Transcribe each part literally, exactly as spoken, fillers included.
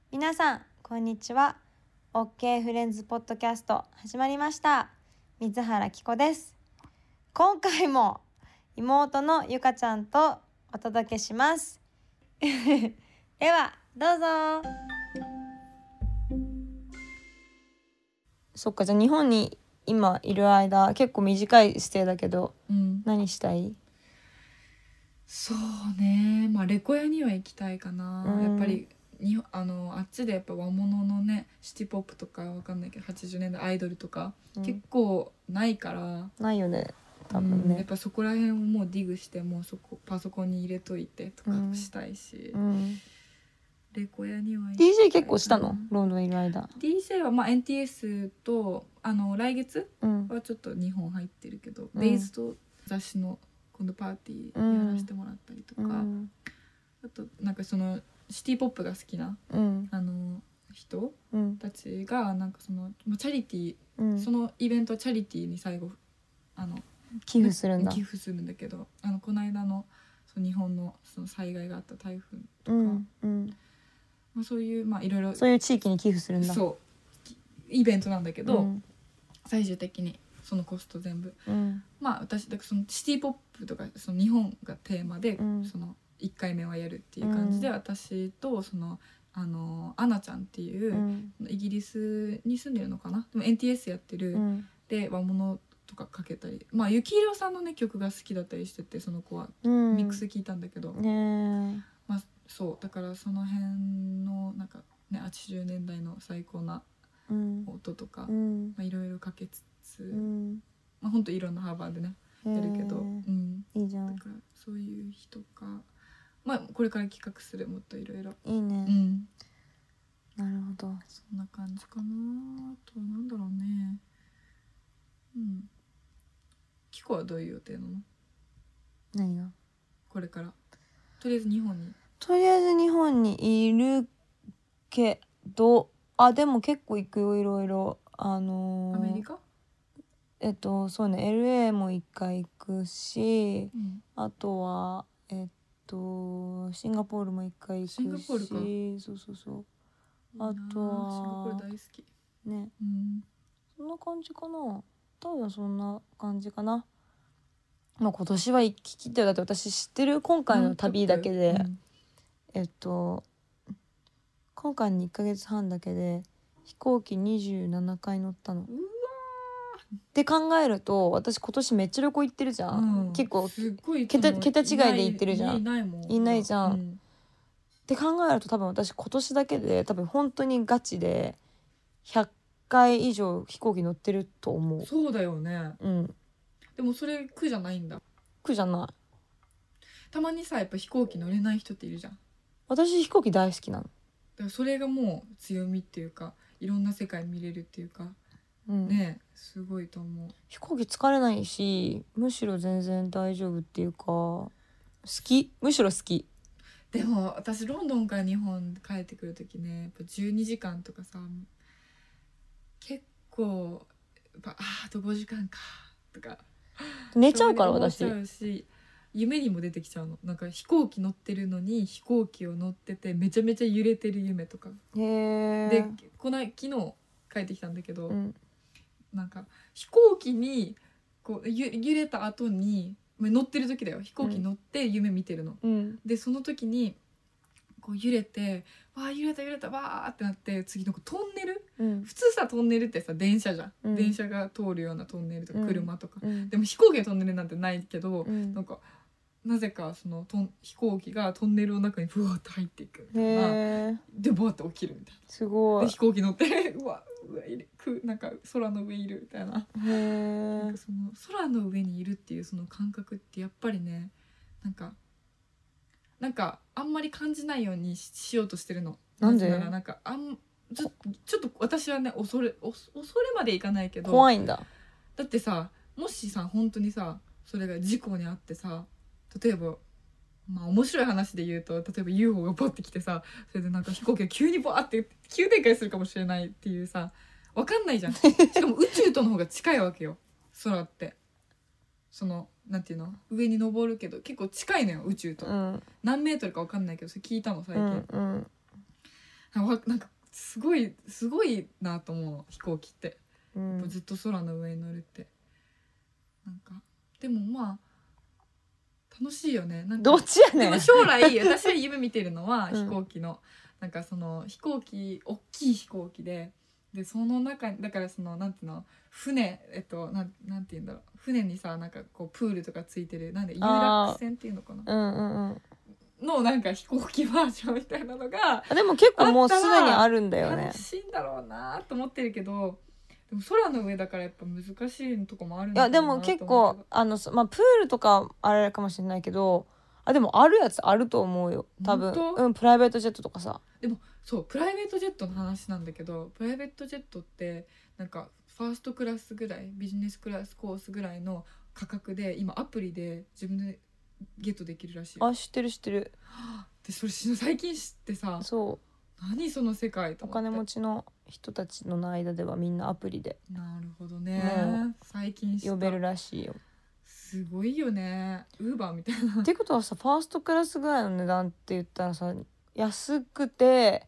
皆さんこんにちは。 OK フレンズポッドキャスト始まりました。水原希子です。今回も妹のゆかちゃんとお届けしますではどうぞ。そっか、じゃあ日本に今いる間結構短いステイだけど、 うん、 何したい？ そうね、まあレコヤには行きたいかな、 うん、 やっぱりにあのあっちでやっぱ和物のねシティポップとかわかんないけどはちじゅうねんだいアイドルとか、 うん、 結構ないからないよね多分ね、 うん、やっぱそこら辺をもうディグしてもうそこパソコンに入れといてとかしたいし、 うんうん、 レコヤには行きたいかな。 ディージェー 結構したの？ロンドンいる間。 ディージェー はまあ エヌティーエス とあの来月うんはちょっとにほん入ってるけど、 うん、 ベイズと雑誌の今度パーティーやらせてもらったりとか、うん、あとなんかそのシティポップが好きな、 うん、 あの人たちがなんかそのチャリティー、 うん、そのイベントはチャリティーに最後あの寄付するんだ。 寄付するんだけど、あのこの間のその日本のその災害があった台風とか、 うんうん、 まあ、そういうまあいろいろそういう地域に寄付するんだ。 そうイベントなんだけど、 うん、 最終的にそのコスト全部、 うん、 まあ私だからそのシティポップとかその日本がテーマで、 うん、 そのいっかいめはやるっていう感じで、うん、私とそのあのアナちゃんっていう、うん、イギリスに住んでるのかな、でも エヌティーエス やってる、うん、で和物とかかけたり、まあ幸宏さんのね曲が好きだったりしてて、その子は、うん、ミックス聞いたんだけど、ね、まあそうだからその辺のなんかねはちじゅうねんだいの最高な音とか、うん、まあいろいろかけつつ、うん、まあほんといろんな幅でねやるけど、うん、 いいじゃん。 だからそういう人か、まあこれから企画するもっといろいろいいね、 うん、 なるほど。 そんな感じかな。あとなんだろうね、うんキコはどういう予定なの？ 何が？ これからとりあえず日本にとりあえず日本にいるけど、あでも結構行くよ、いろいろ。あのー、 アメリカ？ えっとそうね エルエー も一回行くし、 うん、 あとはえっとシンガポールも一回行くし、 シンガポールか、 そうそうそう、あとはシンガポール大好きね、 うん、 そんな感じかな、多分そんな感じかな。まあ今年は行き切ってる。だって私知ってる今回の旅だけで、うん、えっと今回にいっかげつはんだけで飛行機にじゅうななかい乗ったの。うわって考えると私今年めっちゃ旅行行ってるじゃん、うん、結構桁、桁違いで行ってるじゃん。 いないもん、 いないじゃん、うん、って考えると多分私今年だけで多分本当にガチでひゃっかい以上飛行機乗ってると思う。 そうだよね、 うん、 でもそれ苦じゃないんだ。 苦じゃない。 たまにさやっぱ飛行機乗れない人っているじゃん。 私飛行機大好きなの。だからそれがもう強みっていうかいろんな世界見れるっていうか、うん、ねすごいと思う。 飛行機疲れないしむしろ全然大丈夫っていうか好き、むしろ好き。 でも私ロンドンから日本帰ってくる時ねやっぱじゅうにじかんとかさ結構やっぱああとごじかんかとか寝ちゃうから私。 思っちゃうし夢にも出てきちゃうの。なんか飛行機乗ってるのに飛行機を乗っててめちゃめちゃ揺れてる夢とか。 へー。 でこの昨日帰ってきたんだけど、うん、なんか飛行機にこうゆ揺れた後に乗ってる時だよ、飛行機乗って夢見てるの、うん、でその時にこう揺れてわー揺れた揺れたわーってなって次のトンネル、うん、普通さトンネルってさ電車じゃん、うん、電車が通るようなトンネルとか車とか、うん、でも飛行機のトンネルなんてないけど、うん、なんかなぜかそのトン飛行機がトンネルの中にブワーって入っていくみたいなでバーって起きるみたいな。 すごい。 で飛行機乗ってうわうわいるくなんか空の上いるみたいな。へなんかその空の上にいるっていうその感覚ってやっぱりねなんかなんかあんまり感じないように し, しようとしてるの。 なんで？ なぜならなんかあんちょちょっと私はね恐れ恐れまでいかないけど怖いんだ。 だってさもしさ本当にさそれが事故にあってさ例えばまあ面白い話で言うと例えば ユーフォー がバッてきてさそれでなんか飛行機が急にバーって急展開するかもしれないっていうさ分かんないじゃん。しかも宇宙との方が近いわけよ空って。そのなんていうの上に登るけど結構近いのよ宇宙と、うん、何メートルか分かんないけどそれ聞いたの最近、うんうん、 なんかすごいすごいなと思う飛行機って、 うん、 ずっと空の上に乗るってなんかでもまあ楽しいよね。なんかどっちやねん。 でも将来私は夢見てるのは飛行機の、うん、なんかその飛行機大きい飛行機ででその中にだからそのなんていうの船えっとなんなんていうんだろう船にさなんかこうプールとかついてるなんで遊楽船っていうのかな、 うんうんうん、 のなんか飛行機バージョンみたいなのがでも結構もうすでにあるんだよね。 楽しいんだろうなと思ってるけどでも空の上だからやっぱ難しいとこもあるんだろうなと思うけど。 いやでも結構あの、まあ、プールとかあれかもしれないけどあでもあるやつあると思うよ多分。うん、プライベートジェットとかさ。 でもそうプライベートジェットの話なんだけどプライベートジェットってなんかファーストクラスぐらいビジネスクラスコースぐらいの価格で今アプリで自分でゲットできるらしい。 あ知ってる知ってる。 でそれ最近知ってさそう何その世界と思って。 お金持ちの人たちの間ではみんなアプリでなるほどね最近知った呼べるらしいよ。 すごいよねウーバーみたいな。 ってことはさファーストクラスぐらいの値段って言ったらさ安くて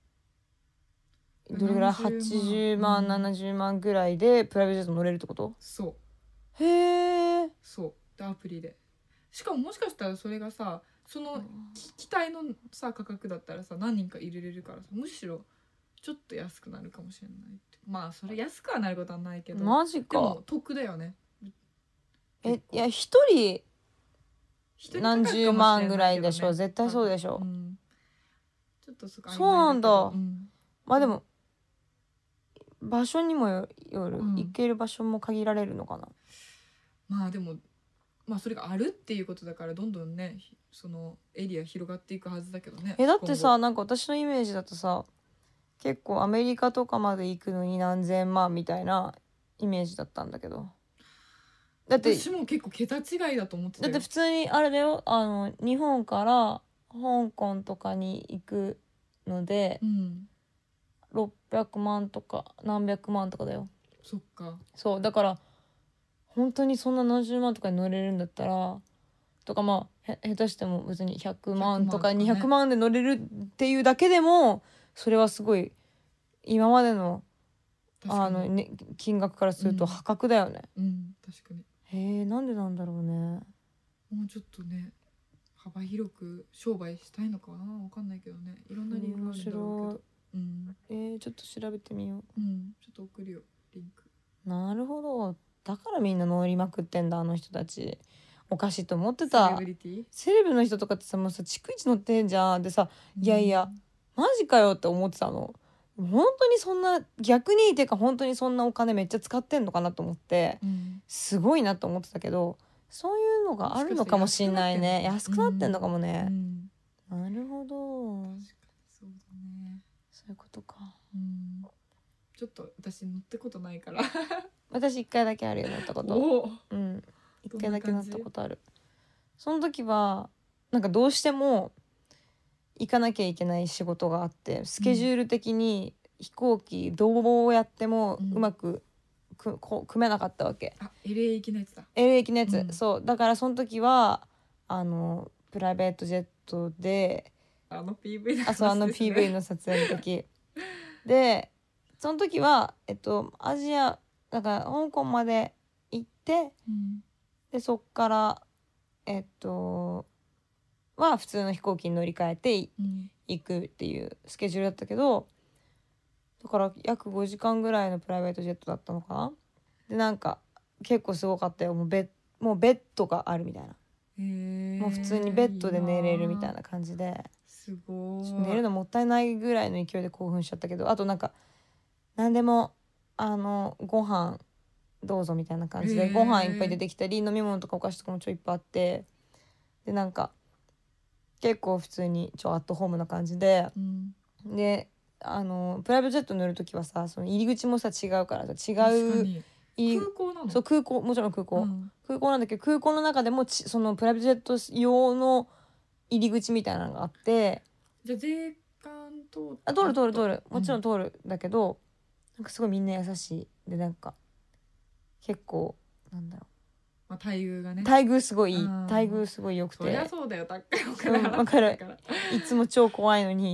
どれぐらいはちじゅうまん、うん、ななじゅうまんぐらいでプライベートジェット乗れるってこと？ そうへえ。 そうでアプリでしかももしかしたらそれがさその機体のさ価格だったらさ何人か入れれるからさむしろちょっと安くなるかもしれないって。まあそれ安くはなることはないけどマジか。 でも得だよね。 えいや一人何十万ぐらいでしょ絶対そうでしょ、うん、 ちょっとそこそうなんだ、 うん、 まあでも場所にもよる、うん、行ける場所も限られるのかな。 まあでもまあそれがあるっていうことだからどんどんねそのエリア広がっていくはずだけどね。 えだってさなんか私のイメージだとさ結構アメリカとかまで行くのに何千万みたいなイメージだったんだけど。 だって私も結構桁違いだと思ってたよ。 だって普通にあれだよあの日本から香港とかに行くので、うん、ろっぴゃくまんとか何百万とかだよ。 そっか。 そうだから本当にそんな何十万とかに乗れるんだったらとかまあへ下手しても別にひゃくまんとかにひゃくまんで乗れるっていうだけでもそれはすごい今までのあの、ね、金額からすると破格だよね。 うん、うん、確かに。 へえなんでなんだろうね。 もうちょっとね幅広く商売したいのかな分かんないけどねいろんな理由があるんだろうけど、うん、 えー、ちょっと調べてみよう。 うん、ちょっと送るよリンク。 なるほどだからみんな乗りまくってんだあの人たち。おかしいと思ってた。セレブリティセレブの人とかってさもうさ逐一乗ってんじゃんでさ、うん、いやいやマジかよって思ってたの。本当にそんな逆にてか本当にそんなお金めっちゃ使ってんのかなと思って、うん、すごいなと思ってたけどそういうのがあるのかもしんないね。安くなってんのかもね、うんうん、なるほど。確かにそうだね。 そういうことか、 うん、ちょっと私乗ってことないから私一回だけあるよ乗ったこと。うん一回だけ乗ったことある。その時はなんかどうしても行かなきゃいけない仕事があってスケジュール的に飛行機どうやってもうまくくこ組めなかったわけ、 うん、あ エルエー 行きのやつだ。 エルエー 行きのやつ、うん、そうだからその時はあのプライベートジェットであの ピーブイ の、ね、 あそうあの ピーブイ の撮影の時でその時はえっとアジアだから香港まで行って、うん、でそっからえっとは普通の飛行機に乗り換えて行くっていうスケジュールだったけどだから約ごじかんぐらいのプライベートジェットだったのかな。でなんか結構すごかったよ。もうベッ、もうベッドがあるみたいな。へーもう普通にベッドで寝れるみたいな感じですごい寝るのもったいないぐらいの勢いで興奮しちゃったけどあとなんか何でもあのご飯どうぞみたいな感じでご飯いっぱい出てきたり飲み物とかお菓子とかもちょいっぱいあってでなんか結構普通にちょアットホームな感じで、うん、であのプライベートジェット乗るときはさその入り口もさ違うからさ違う空港なの？ そう空港もちろん空港、うん、空港なんだけど空港の中でもちそのプライベートジェット用の入り口みたいなのがあってじゃあ税関通るあ通る通る通るもちろん通る、うん、だけどなんかすごいみんな優しいでなんか結構なんだろうまあ、待遇がね待遇すごいいい待遇すごい良くてそりゃそうだよ高いお金払ってるから、うん、いつも超怖いのに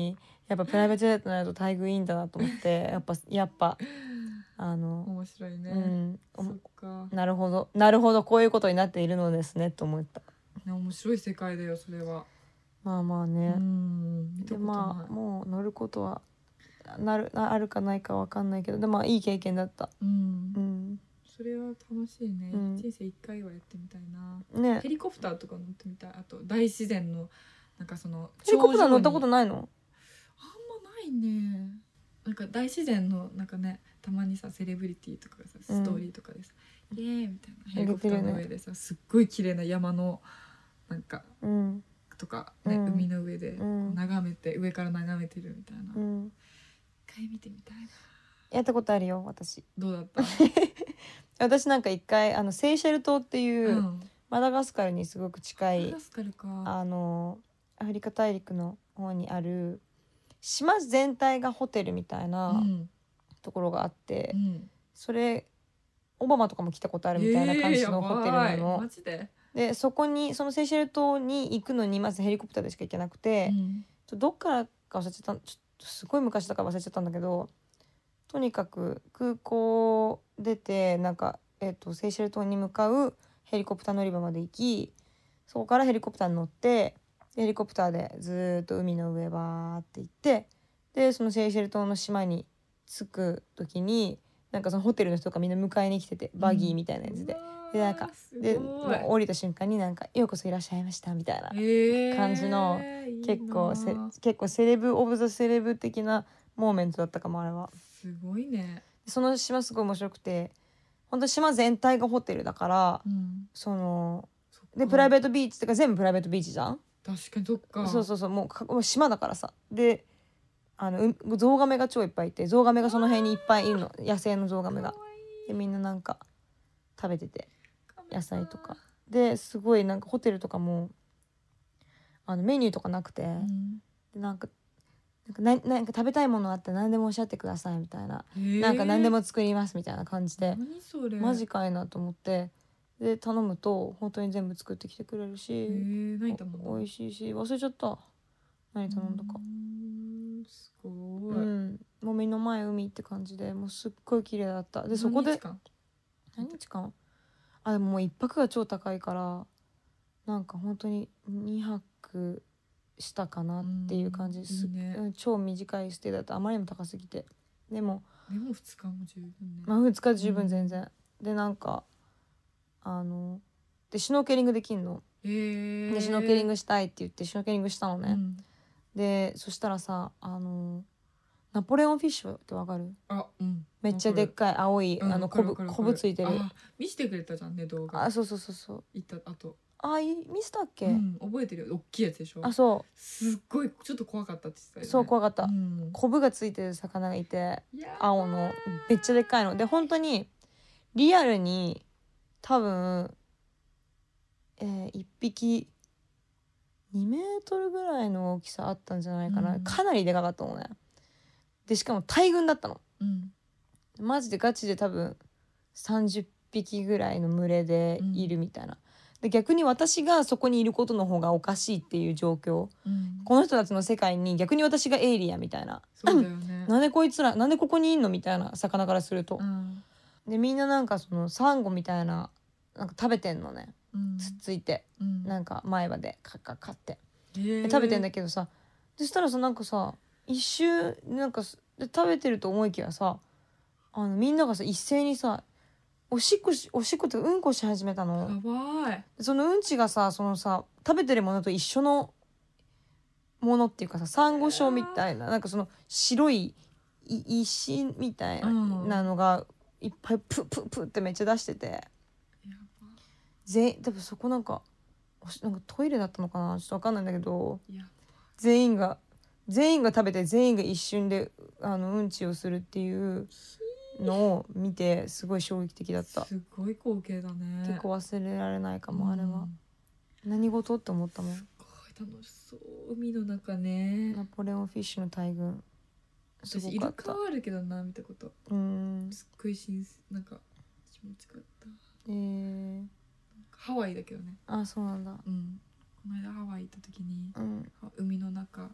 やっぱプライベートジェットになると待遇いいんだなと思ってやっぱやっぱあの面白いね、 うん、 そっか、 なるほどなるほどこういうことになっているのですねと思った。 面白い世界だよそれは。 まあまあね、 うん見たでことない。 まあもう乗ることはなるなあるかないかわかんないけどでもまあいい経験だった。 うん、 うん、 それは楽しいね、 うん、 人生一回はやってみたいな、 ね、 ヘリコプターとか乗ってみたい。あと大自然のなんかそのヘリコプター乗ったこといないの？ あんまないね。なんか大自然のなんかねたまにさセレブリティとかがさストーリーとかでさ、うん、イエーイみたいなヘリコプターの上でさ、ね、すっごい綺麗な山のなんか、うん、とかね、うん、海の上で眺めて、うん、上から眺めてるみたいな、うん、一回見てみたいな。 やったことあるよ私。 どうだった？ 私なんか一回あのセイシェル島っていう、うん、マダガスカルにすごく近いあのアフリカ大陸の方にある島全体がホテルみたいなところがあって、うん、それオバマとかも来たことあるみたいな感じのホテルなの、 マジで。 でそこにそのセイシェル島に行くのにまずヘリコプターでしか行けなくて、うん、ちょどっからか忘れちゃった、ちょっとすごい昔だから忘れちゃったんだけど、とにかく空港出てなんか、えーと、セイシェル島に向かうヘリコプター乗り場まで行き、そこからヘリコプターに乗ってヘリコプターでずっと海の上バーって行って、でそのセイシェル島の島に着く時になんかそのホテルの人がみんな迎えに来てて、バギーみたいなやつで、うん、でなんかでもう降りた瞬間になんかようこそいらっしゃいましたみたいな感じの、えー、結構せ結構セレブオブザセレブ的なモーメントだったかもあれは。 すごいね。 その島すごい面白くて、本当島全体がホテルだから、うん、そのでプライベートビーチってか全部プライベートビーチじゃん。 確かにそっか。 そうそうそう、もうかもう島だからさ。であのゾウガメが超いっぱいいて、ゾウガメがその辺にいっぱいいるの、野生のゾウガメが。でみんななんか食べてて野菜とかですごいなんかホテルとかもあのメニューとかなくて、うん、でなんかなんかななんか食べたいものあったら何でもおっしゃってくださいみたいな、なんか何でも作りますみたいな感じで、 何それマジかいなと思って、で頼むと本当に全部作ってきてくれるし、 何頼んだ？ おいしいし忘れちゃった何頼んだか。 すごい、 うん、もう目の前海って感じでもうすっごい綺麗だった。でそこで何日間あでももう一泊が超高いからなんか本当ににはくしたかなっていう感じです、いいね、超短いステイだとあまりにも高すぎて、でもでもふつかも十分ね。 まあふつか十分全然、うん、でなんかあのでシュノーケリングできんの、 えー、 でシュノーケリングしたいって言ってシュノーケリングしたのね、うん、でそしたらさあのナポレオンフィッシュってわかる？ あ、うん、 めっちゃでっかい青い、うん、あのコブコブついてる。 あ見せてくれたじゃんね動画。 あそうそうそうそう行った後あ見せたっけ、 うん、覚えてるよ。大きいやつでしょ。 あそうすっごいちょっと怖かったって言ってたよね。 そう怖かった、 うん、 コブがついてる魚がいて青のめっちゃでっかいので本当にリアルに多分、えー、いっぴきにメートルぐらいの大きさあったんじゃないかな、うん、かなりでかかったのね。でしかも大群だったの、うん、マジでガチで多分さんじゅっぴきぐらいの群れでいるみたいな、うん、で逆に私がそこにいることの方がおかしいっていう状況、うん、この人たちの世界に逆に私がエイリアンみたいな、 そうだよねなんでこいつらなんでここにいんのみたいな魚からすると、うん、でみんななんかそのサンゴみたいななんか食べてんのね、うん、つっついて、うん、なんか前歯でカッカッカッってで食べてんだけどさ、そしたらさなんかさ一周なんかで食べてると思いきやさあのみんながさ一斉にさおしっこしおしっこってうんこし始めたの。 やばい。 そのうんちがさそのさ食べてるものと一緒のものっていうかさサンゴ礁みたいななんかその白い石みたいなのがいっぱいプププってめっちゃ出してて、やば全員多分そこなんかなんかトイレだったのかなちょっと分かんないんだけど、全員が全員が食べて全員が一瞬であのうんちをするっていうのを見てすごい衝撃的だった。 すごい光景だね。 結構忘れられないかも、うん、あれは何事って思ったもん。 すごい楽しそう海の中ね。 ナポレオンフィッシュの大群すごかった。私イルカはあるけどな見たこと。うんすっごい新鮮なんか気持ちよかった。えー、ハワイだけどね。 あそうなんだ。 うんこの間ハワイ行った時に、うん、海の中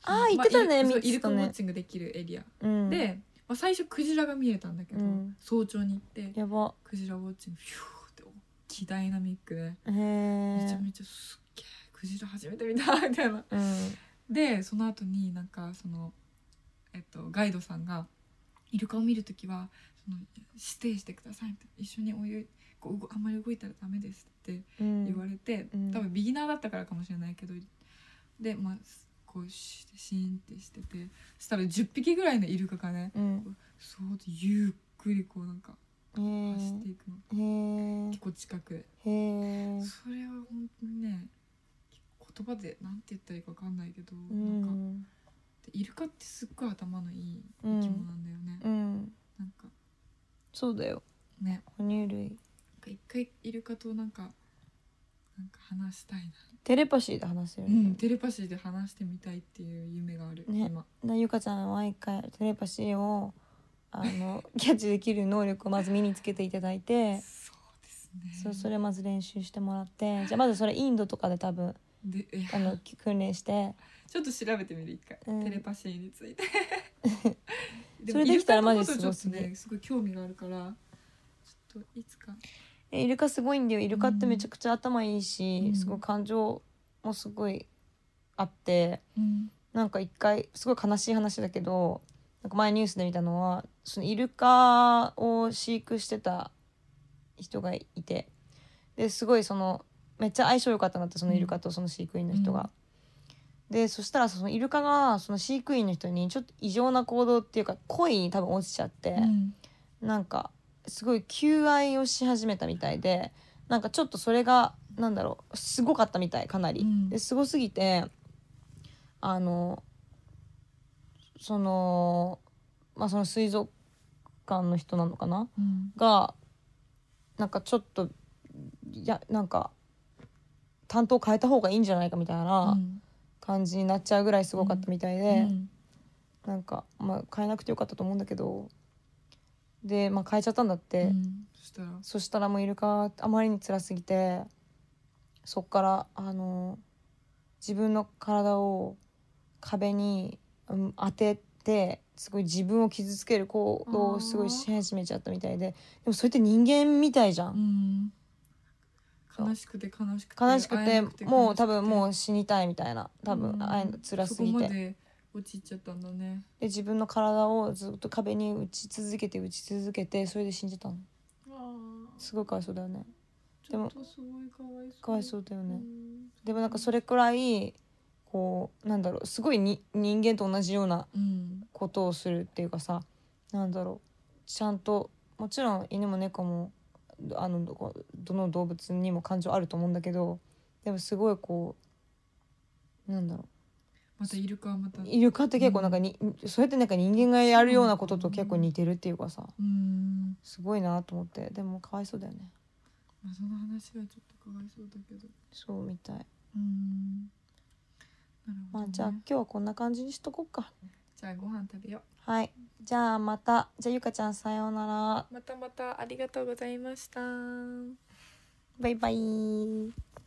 あー言ってたね、 まあ、 見てたね。 イルカウォッチングできるエリア、 うん、 で、まあ、最初クジラが見えたんだけど、うん、早朝に行ってやばクジラウォッチングフューって大きいダイナミックで、 へーめちゃめちゃすっげえクジラ初めて見たみたいな、 うん、 でその後になんかその、えっと、ガイドさんがイルカを見るときはそのステイしてくださいみたいな、一緒にお湯こうあんまり動いたらダメですって言われて、うん、多分ビギナーだったからかもしれないけど、でまあこうシーンってしてて、そしたらじゅっぴきぐらいのイルカがね、うん、そうでゆっくりこうなんか走っていくの、結構近くで、へーそれは本当にね言葉でなんて言ったらいいか分かんないけど、うん、なんかイルカってすっごい頭のいい生き物なんだよね、うん、なんかそうだよね、 哺乳類。 一回イルカとなんかなんか話したいな。 テレパシーで話せる、ね、 うん、テレパシーで話してみたいっていう夢がある、 ね、今ゆかちゃんは毎回テレパシーをあのキャッチできる能力をまず身につけていただいてそうですね、そうそれまず練習してもらって、じゃあまずそれインドとかで多分であの訓練してちょっと調べてみる一回、うん、テレパシーについてそれできたらマジすごすぎね、すごい興味があるからちょっといつか。 イルカすごいんだよ。イルカってめちゃくちゃ頭いいし、うん、すごい感情もすごいあって、うん、なんか一回すごい悲しい話だけど、なんか前ニュースで見たのはそのイルカを飼育してた人がいて、ですごいそのめっちゃ相性良かったんだって、そのイルカとその飼育員の人が、うん、でそしたらそのイルカがその飼育員の人にちょっと異常な行動っていうか恋に多分落ちちゃって、うん、なんかすごい求愛をし始めたみたいで、なんかちょっとそれがなんだろうすごかったみたい、かなり、うん、ですごすぎてあのそのまあその水族館の人なのかな、うん、がなんかちょっといやなんか担当変えた方がいいんじゃないかみたいな感じになっちゃうぐらいすごかったみたいで、うんうん、なんかまあ変えなくてよかったと思うんだけど、で、まあ、変えちゃったんだって、うん、そしたらそしたらもうイルカあまりに辛すぎて、そっからあの自分の体を壁に、うん、当ててすごい自分を傷つける行動をすごいし始めちゃったみたいで、でもそれって人間みたいじゃん、 うん、悲しくて悲しくて悲しくてもう多分もう死にたいみたいな、多分あえ辛すぎて、そこまで落ちちゃったんだね。 で自分の体をずっと壁に打ち続けて打ち続けて、それで死んじゃったの。あすごいかわいそうだよね。 でもちょっとすごいかわいそうかわいそうだよね。でもなんかそれくらいこうなんだろうすごいに人間と同じようなことをするっていうかさ、うん、なんだろうちゃんともちろん犬も猫もあのどの動物にも感情あると思うんだけど、でもすごいこうなんだろうまたイルカはまたイルカって結構なんかに、うん、そうやってなんか人間がやるようなことと結構似てるっていうかさ、うん、すごいなと思って。でもかわいそうだよね。 まあ、その話はちょっとかわいそうだけどそうみたい。 うんなるほど、ね、 まあじゃあ今日はこんな感じにしとこうか。 じゃあご飯食べよう。はい、じゃあまた。じゃあゆかちゃんさようなら。 またまたありがとうございました。 バイバイ。